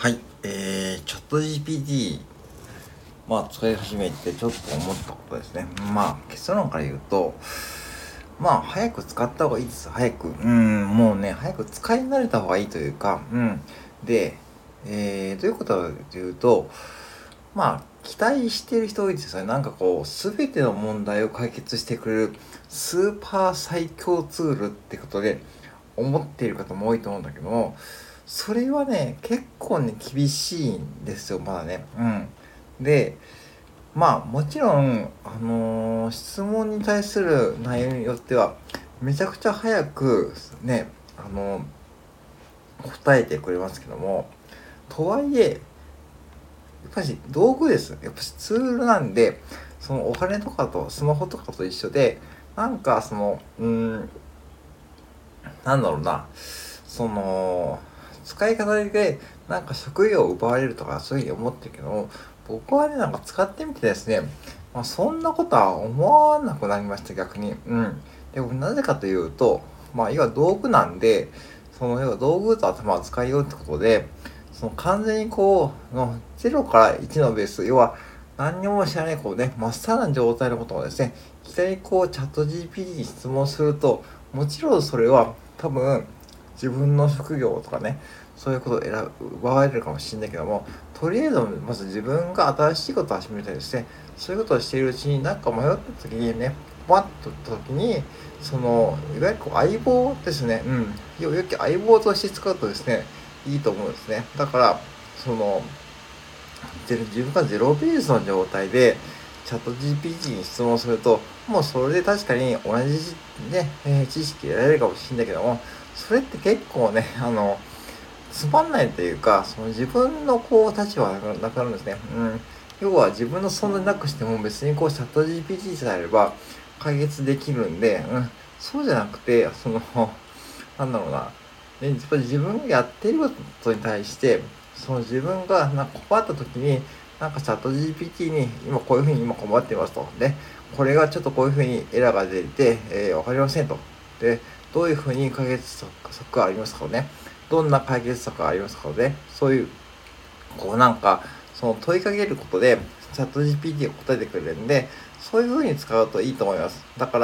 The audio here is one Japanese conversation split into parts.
はい、チャット GPT、使い始めてちょっと思ったことですね。結論から言うと、早く使った方がいいです。早く。もうね、早く使い慣れた方がいいというか、で、どういうことかというと、期待してる人多いですよね。すべての問題を解決してくれるスーパー最強ツールってことで思っている方も多いと思うんだけども、それはね、結構ね、厳しいんですよ、まだね。で、もちろん、質問に対する内容によっては、めちゃくちゃ早く、ね、答えてくれますけども、とはいえ、やっぱり道具です。やっぱりツールなんで、そのお金とかとスマホとかと一緒で、なんだろうな、その、使い方で職業を奪われるとかそういうふうに思ってるけど、僕はね、使ってみてですね、そんなことは思わなくなりました、逆に。でもなぜかというと、要は道具なんで、要は道具と頭を使いようってことで、完全に0から1のベース、要は何にも知らないまっさらな状態のことをですね、いきなりチャット GPT に質問すると、もちろんそれは多分自分の職業とかね、そういうことを奪われるかもしれないけども、とりあえずまず自分が新しいことを始めたりですね、そういうことをしているうちに迷った時にね、バッと時に、いわゆる相棒ですね、よき相棒として使うとですね、いいと思うんですね。だから、自分がゼロベースの状態で、チャット GPT に質問すると、もうそれで確かに同じね、知識得られるかもしれないけども、それって結構ね、つまんないというか、自分の立場がなくなるんですね。要は自分の存在なくしても別にチャット GPT さえあれば解決できるんで、そうじゃなくて、なんだろうな、やっぱり自分がやっていることに対して、自分が困った時に、チャット GPT に今こういうふうに今困っていますと。で、これがちょっとこういうふうにエラーが出て、わかりませんと。で、どういうふうに解決策がありますかね。どんな解決策がありますかね。そういう、問いかけることで、チャット GPT が答えてくれるんで、そういうふうに使うといいと思います。だから、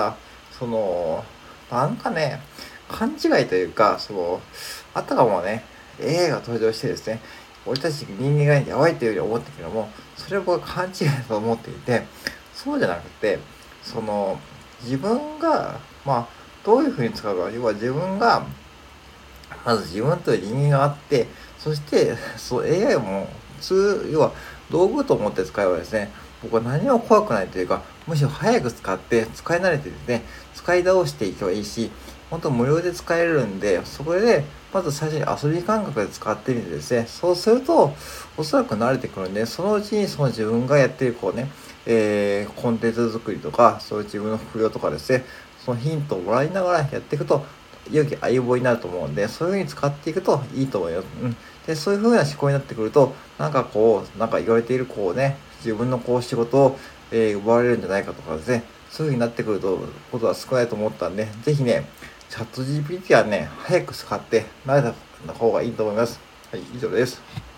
勘違いというか、あたかもね、AI が登場してですね、俺たち人間がやばいというふうに思ってるけども、それは僕は勘違いだと思っていて、そうじゃなくて、自分が、どういうふうに使うか、要は自分が、まず自分という人間があって、そして、AI も、要は道具と思って使えばですね、僕は何も怖くないというか、むしろ早く使って、使い慣れてですね、使い倒していけばいいし、本当無料で使えるんで、そこで、まず最初に遊び感覚で使ってみてですね、そうすると、おそらく慣れてくるんで、そのうちに自分がやっているコンテンツ作りとか、そういう自分の副業とかですね、そのヒントをもらいながらやっていくと、良き相棒になると思うんで、そういう風に使っていくといいと思います。で、そういう風な思考になってくると、言われている自分の仕事を、奪われるんじゃないかとかですね、そういう風になってくることは少ないと思ったんで、ぜひね、チャット GPT はね、早く使って慣れた方がいいと思います。はい、以上です。